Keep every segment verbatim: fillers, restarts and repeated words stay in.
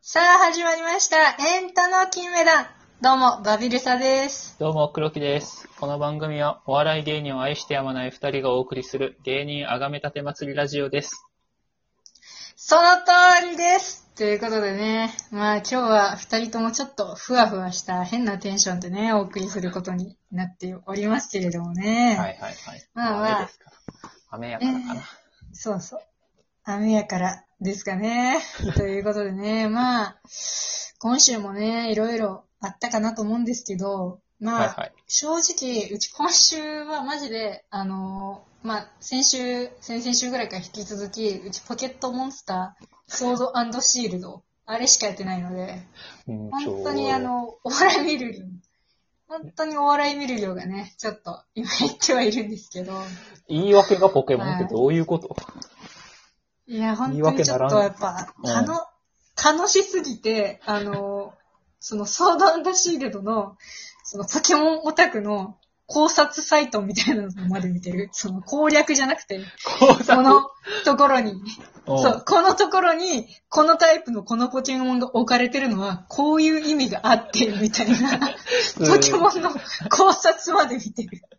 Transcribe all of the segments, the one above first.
さあ始まりました。エンタの金メダル。どうも、バビルサです。 どうも、黒木です。この番組はお笑い芸人を愛してやまない二人がお送りする芸人あがめたて祭りラジオです。 その通りです。ということでね、まあ今日は二人ともちょっとふわふわした変なテンションでね、お送りすることになっておりますけれどもね。 はいはいはい。 まあまあ。 雨ですから。雨やからかな。 えー、そうそう。雨やからですかね。ということでね、まあ、今週もね、いろいろあったかなと思うんですけど、まあ、 はいはい。 正直、うち今週はマジで、あのー、まあ、先週、先々週ぐらいから引き続き、うちポケットモンスター、ソード&シールド、あれしかやってないので、 うん、 本当にあの、お笑い見る量、本当にお笑い見る量がね、ちょっと今言ってはいるんですけど。 言い訳がポケモンってどういうこと？ いや、本当にちょっとやっぱ、たの、楽しすぎて、あの、そのソード&シールドの、そのポケモンオタクの考察サイトみたいなのまで見てる。その攻略じゃなくて、 考察このところに、そう、このところに、このタイプのこのポケモンが置かれてるのは、こういう意味があって、みたいな、ポケモンの考察まで見てる。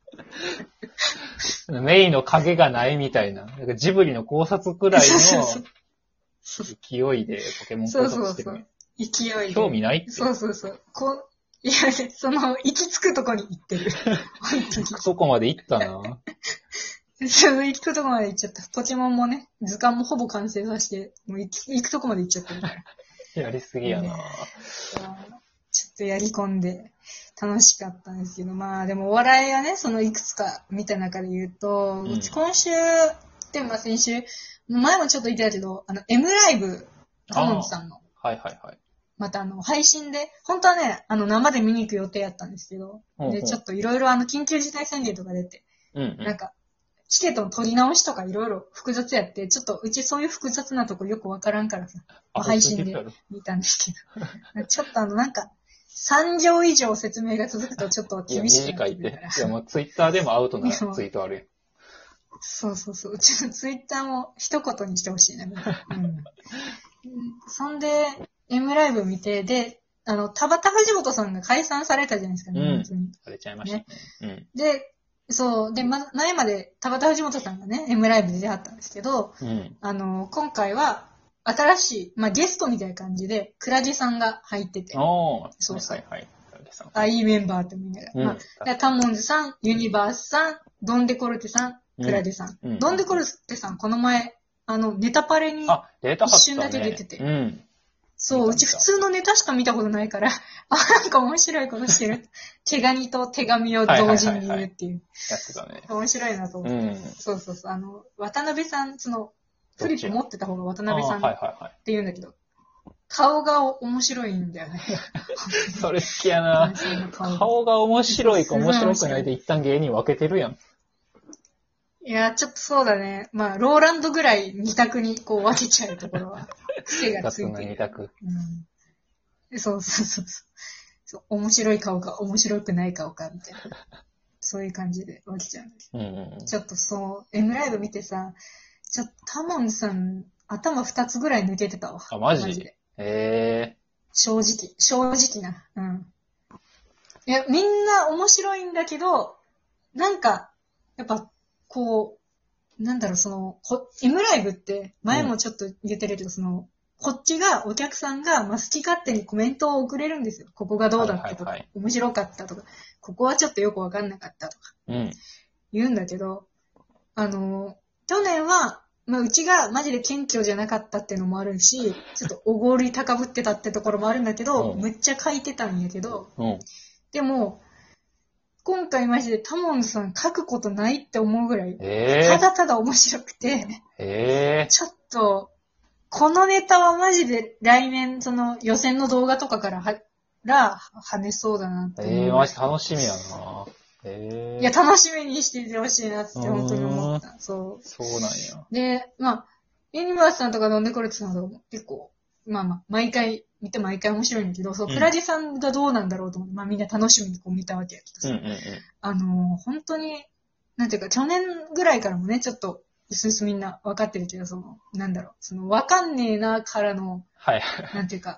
メイの影がないみたいな。なんかジブリの考察くらいの勢いでポケモン考察してる。そうそうそう。 勢いで。 興味ないって。 そうそうそう。こう、いや、その、行き着くとこに行ってる。本当に。 行くとこまで行ったな。 そう、行くとこまで行っちゃった。ポケモンもね、図鑑もほぼ完成させて、もう行く行くとこまで行っちゃってるから。 やりすぎやな、 ね。ちょっとやり込んで楽しかったんですけど、まあでもお笑いはね、そのいくつか見た中で言うと、うん、うち今週で、まあ先週、前もちょっと言ってたけど、あの、M ライブ、タモンさんの。 はいはいはい。 またあの、配信で、本当はね、あの、生で見に行く予定やったんですけど、ほうほうで、ちょっといろいろあの、緊急事態宣言とか出て、うんうん、なんか、チケットの取り直しとかいろいろ複雑やって、ちょっとうちそういう複雑なとこよくわからんからさ、まあ、配信で見たんですけど、ちょっとあの、なんか、さん行以上説明が続くとちょっと厳しい。 短いって。いや、もうツイッターでもアウトなツイートあるやん。 そうそうそう。うちのツイッターも一言にしてほしいな、うん。そんで、M ライブ見て、で、あの、田畑藤本さんが解散されたじゃないですか、 ね。うん。されちゃいましたね。 ねうん、で、そう。で、ま、前まで田畑藤本さんがね、M ライブで出会ったんですけど、うん、あの、今回は、新しい、まあ、ゲストみたいな感じで、クラゲさんが入ってて。 おー。 そうそう。 はいはい、はい。クラゲさん。 あ、いいメンバーって思いながら。うん、まあ、タモンズさん、ユニバースさん、ドンデコルテさん、クラゲさん。うん、ドンデコルテさん、この前、あの、ネタパレに一瞬だけ出てて。 ね、うん。 そう、うち普通のネタしか見たことないから、あ、なんか面白いことしてる。手紙と手紙を同時に言うっていう。 やつだね。 面白いなと思って、うん。そうそうそう。あの、渡辺さん、その、フリップ持ってた方が渡辺さんって言うんだけど、顔が面白いんだよね。 それ好きやな。顔が面白いか面白くないで一旦芸人分けてるやん。 いや、ちょっとそうだね。まあ、ローランドぐらい二択にこう分けちゃうところは、癖がついてる。 二択。 うん。そうそうそうそう。面白い顔か面白くない顔かみたいな。そういう感じで分けちゃうんです。うんうんうん、ちょっとそう、M ライブ見てさ、ちょっとタモンさん、頭二つぐらい抜けてたわ。 あ、マジでへー。正直、正直な。うん。いや、みんな面白いんだけど、なんか、やっぱ、こう、なんだろう、その、M ライブって、前もちょっと言ってるけど、うん、その、こっちが、お客さんが、まあ、好き勝手にコメントを送れるんですよ。ここがどうだったとか、はいはいはい、面白かったとか、ここはちょっとよくわかんなかったとか、うん、言うんだけど、あの、去年は、まあ、うちがマジで謙虚じゃなかったっていうのもあるし、ちょっとおごり高ぶってたってところもあるんだけど、うん、むっちゃ書いてたんやけど、うん、でも、今回マジでタモンさん書くことないって思うぐらい、えー、ただただ面白くて、えー、ちょっと、このネタはマジで来年その予選の動画とかからは、ら、跳ねそうだなって思う。 えー、マジ楽しみやな。えー、いや、楽しみにしていてほしいなって本当に思った。そう。 そうなんや。 で、まあ、ユニバースさんとか飲んでくれてたのも結構、まあまあ、毎回、見て毎回面白いんだけど、そう、クラゲさんがどうなんだろうと思って、うん、まあみんな楽しみにこう見たわけやけどさ、うんうんうん、あのー、本当に、なんていうか、去年ぐらいからもね、ちょっと、うすうすみんな分かってるけど、その、なんだろう、その、分かんねえなからの、はい、なんていうか、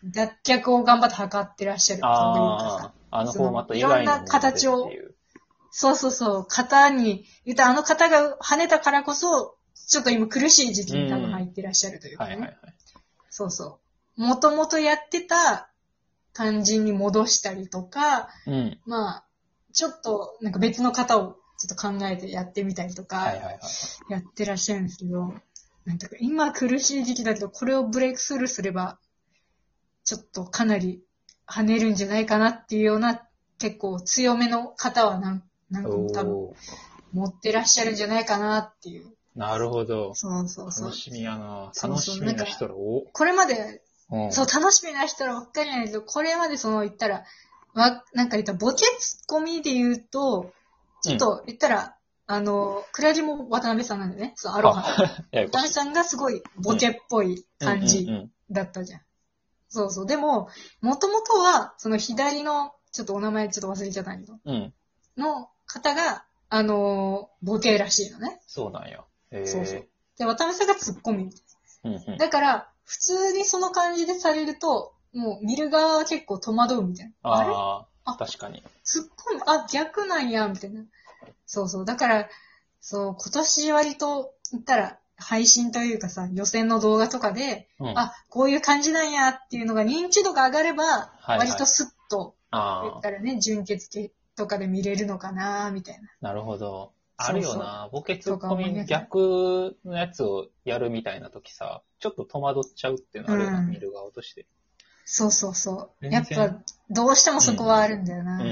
脱却を頑張って測ってらっしゃるというかさ。 ああ、あのフォーマット以外のいろんな形を、そうそうそう、型に、言ったあの型が跳ねたからこそ、ちょっと今苦しい時期に多分入ってらっしゃるというかね。 はいはいはい。 そうそう。もともとやってた感じに戻したりとか、 うん、 まあ、ちょっとなんか別の型をちょっと考えてやってみたりとか、 はいはいはい、 やってらっしゃるんですけど、なんか今苦しい時期だけど、これをブレイクスルーすれば、ちょっとかなり跳ねるんじゃないかなっていうような、結構強めの型は何何個も多分持ってらっしゃるんじゃないかなっていう。 なるほど。 そうそうそう。 楽しみやな。 そう楽しみな人ら多。 これまで、 うん、 そう、楽しみな人らばっかりなんだけど、これまでその言ったら、わ、なんか言ったら、ボケツッコミで言うと、ちょっと言ったら、うん、あの、クラジも渡辺さんなんだよね。そう、アロハ。渡辺さんがすごいボケっぽい感じだったじゃん。そうそう。でも、もともとは、その左の、ちょっとお名前ちょっと忘れちゃったんだけど、 うん、 の方が、あのー、ボケらしいのね。 そうなんや。へー。 そうそう。で、渡辺さんがツッコミ。 うんうん、 だから、普通にその感じでされると、もう見る側は結構戸惑うみたいな。 ああれあ、確かに。 ツッコミ、あ、逆なんや、みたいな。そうそう。だから、そう、今年割と言ったら、配信というかさ、予選の動画とかで、うん、あ、こういう感じなんやっていうのが認知度が上がれば、割とスッと、言ったらね、準決とかで見れるのかな、みたいな。 なるほど。あるよな。ボケツッコミ逆のやつをやるみたいな時さ、ちょっと戸惑っちゃうっていうのあるよな、うん、見る側として。 そうそうそう。やっぱ、どうしてもそこはあるんだよな。うん。うん、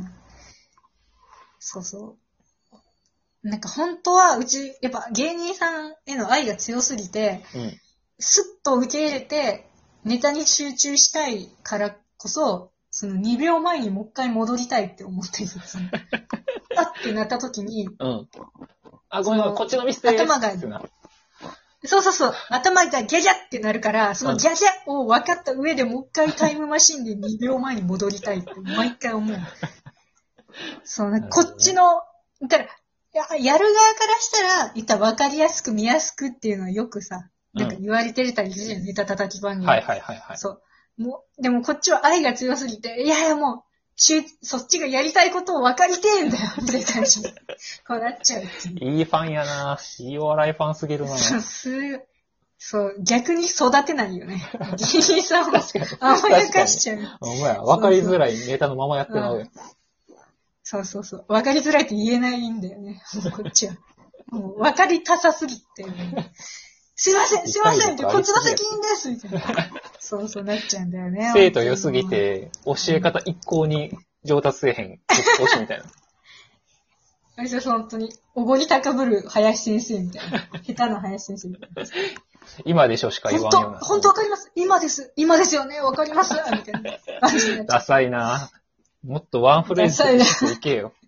そうそう。なんか本当はうち、やっぱ芸人さんへの愛が強すぎて、うん、スッと受け入れて、ネタに集中したいからこそ、そのにびょうまえにもう一回戻りたいって思ってるんですよ。あってなった時に、 うん。あ、ごめんごめん、こっちのミスでーす。 頭が、そうそうそう、頭がギャギャってなるから、そのギャギャを分かった上でもう一回タイムマシンでにびょうまえに戻りたいって毎回思う。そうね、こっちの、だから、や、やる側からしたら、言ったら分かりやすく見やすくっていうのはよくさ、なんか言われてたりするじゃん、うん、ネタ叩き番組。 はいはいはいはい。 そう。もう、でもこっちは愛が強すぎて、いやいやもう、そっちがやりたいことを分かりてえんだよ、みたいな感じ。こうなっちゃうっていう。 いいファンやな。いいお笑いファンすぎるな。 そう、すそう、逆に育てないよね。芸人さんを甘やかしちゃう。 お前は分かりづらいネタのままやってなう。 そうそうそう。分かりづらいって言えないんだよね。もうこっちは。もう分かりたさすぎて、ね。すいません、すいませんって、こっちの責任ですみたいな。そうそうなっちゃうんだよね。 生徒良すぎて、教え方一向に上達せえへん。講師みたいな。 あれですよ、本当に。おごり高ぶる林先生みたいな。下手な林先生みたいな。 今でしょしか言わんような。 本当わかります。今です。今ですよね。わかります。みたいな。 ダサいな。もっとワンフレーズでいけよ。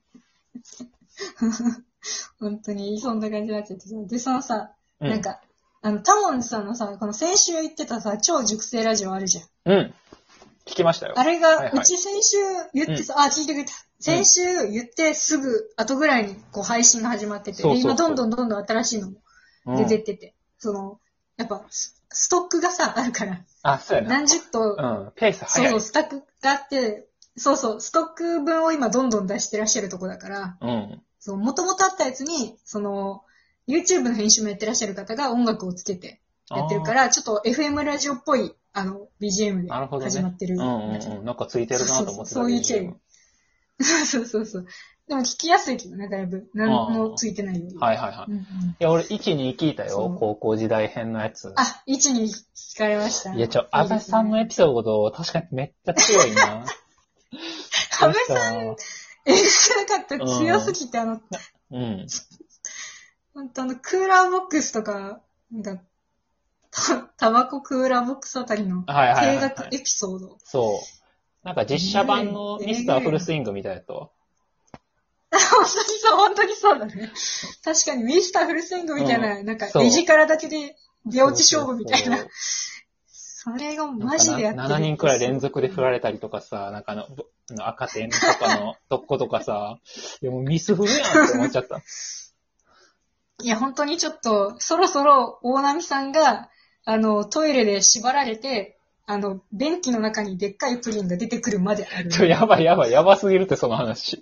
本当に、そんな感じになっちゃってさ。で、そのさ、うん、なんか、あの、タモンさんのさ、この先週言ってたさ、超熟成ラジオあるじゃん。 うん。聞きましたよ。 あれが、はいはい、うち先週言ってさ、うん、あ、聞いてくれた。先週言ってすぐ後ぐらいにこう配信が始まってて、そうそうそうで今どんどんどんどん新しいのも出てってて、うん、その、やっぱ、ストックがさ、あるから。 あ、そうやな。 何十頭、 うん、ペース早い。 そうそう、スタックがあって、そうそう、ストック分を今どんどん出してらっしゃるとこだから、うん。そう、もともとあったやつに、その、YouTube の編集もやってらっしゃる方が音楽をつけてやってるから、ちょっと エフエム ラジオっぽい、あの、ビージーエム で始まってる。 なるほどね。うんうんうん。なんかついてるなと思ってた。 そういう経緯。そうそうそう。でも聞きやすいけどね、だいぶ。何もついてないよ。 はいはいはい。うんうん、いや、俺、いちに聞いたよ。高校時代編のやつ。 あ、いちに聞かれました。 いや、ちょ、安倍さんのエピソード、確かにめっちゃ強いな。 安倍さん、えげつなかった。強すぎて、あの、うん。本当あの、クーラーボックスとか、なんか、た、タバコクーラーボックスあたりの、定額エピソード。 そう。なんか実写版のミスターフルスイングみたいだと。 本当にそう、本当にそうだね。確かにミスターフルスイングみたいな、うん、なんか絵力だけで出落ち勝負みたいな。それがマジでやってる。 ななにんくらい連続で振られたりとかさ、なんかあの、の赤点とかのとっことかさ、でもミスフルやんって思っちゃった。 いや、本当にちょっと、そろそろ大波さんが、あの、トイレで縛られて、 あの、便器の中にでっかいプリンが出てくるまである。 ちょ、やばいやばい、やばすぎるって、その話。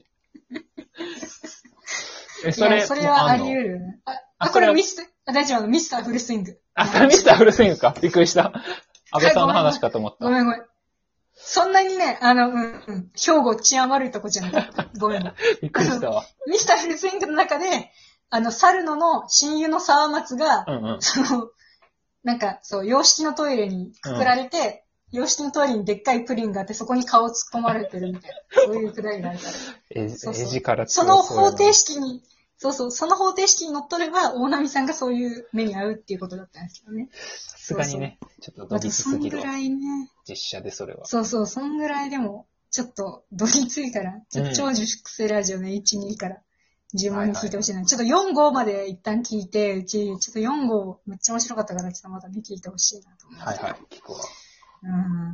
え、それ、 それはあり得るよね。あ、あこれミス、あ、大丈夫、ミスターフルスイング。 あ、それミスターフルスイングか。びっくりした。安倍さんの話かと思った。 ごめんごめん。そんなにね、あの、うん、うん。兵庫治安悪いとこじゃなかった。ごめん。 びっくりしたわ。 ミスターフルスイングの中で、あの、猿野の親友の沢松が、 うんうん、 その、なんか、そう、洋式のトイレにくくられて、うん、洋式のトイレにでっかいプリンがあって、そこに顔突っ込まれてるみたいな、そういうくだりがあるから。 え、 そうそう絵力その方程式に、そうそう、その方程式に乗っ取れば、大波さんがそういう目に遭うっていうことだったんですけどね。 さすがにね、そうそうちょっとドギツすぎるわ。 そんぐらいね。 実写でそれは。 そうそう、そんぐらいでも、ちょっと、ドギツいから、ちょっと超熟成ラジオね、いち、にから順番に聞いてほしいな、はいはい。ちょっとよん、ごまで一旦聞いて、うち、ちょっとよん、ごめっちゃ面白かったから、ちょっとまたね、聞いてほしいなと思います。 はいはい、聞くわ。 うん。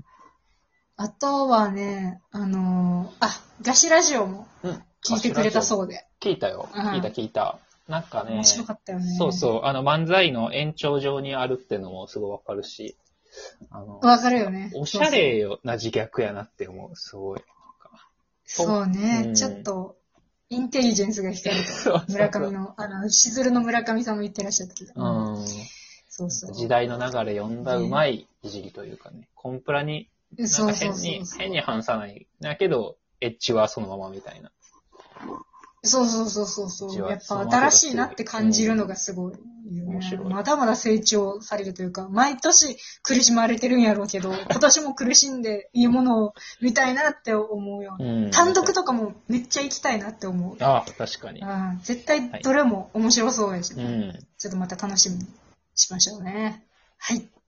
あとはね、あのー、あ、ガシラジオも聞いてくれたそうで。 うん、聞いたよ。聞いた聞いた。なんかね、 面白かったよね。 そうそう、あの漫才の延長上にあるってのもすごいわかるし、あの、 わかるよね。 おしゃれよな自虐やなって思う、すごい。 そうね、うん、ちょっと、インテリジェンスが光ると、村上の、あの、しずるの村上さんも言ってらっしゃったけど。 うん。 そうそう。 時代の流れ読んだうまいいじりというかね、ねコンプラに、なんか変に、変に反さない。だけど、エッジはそのままみたいな。 そうそうそうそうそう。やっぱ新しいなって感じるのがすごい、ね、面白い。まだまだ成長されるというか、毎年苦しまれてるんやろうけど、今年も苦しんでいいものを見たいなって思うような。うん、単独とかもめっちゃ行きたいなって思う。 ああ、確かに。 あ絶対どれも面白そうやし、ね、 はい、うん、 ちょっとまた楽しみにしましょうね。はい。